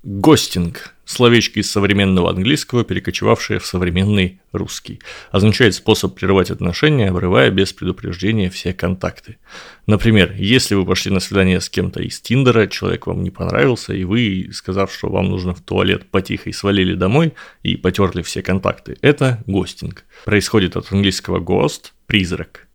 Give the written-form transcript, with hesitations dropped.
Гостинг – словечко из современного английского, перекочевавшее в современный русский. Означает способ прервать отношения, обрывая без предупреждения все контакты. Например, если вы пошли на свидание с кем-то из Тиндера, человек вам не понравился, и вы, сказав, что вам нужно в туалет, потихо свалили домой и потерли все контакты. Это гостинг. Происходит от английского ghost – призрак.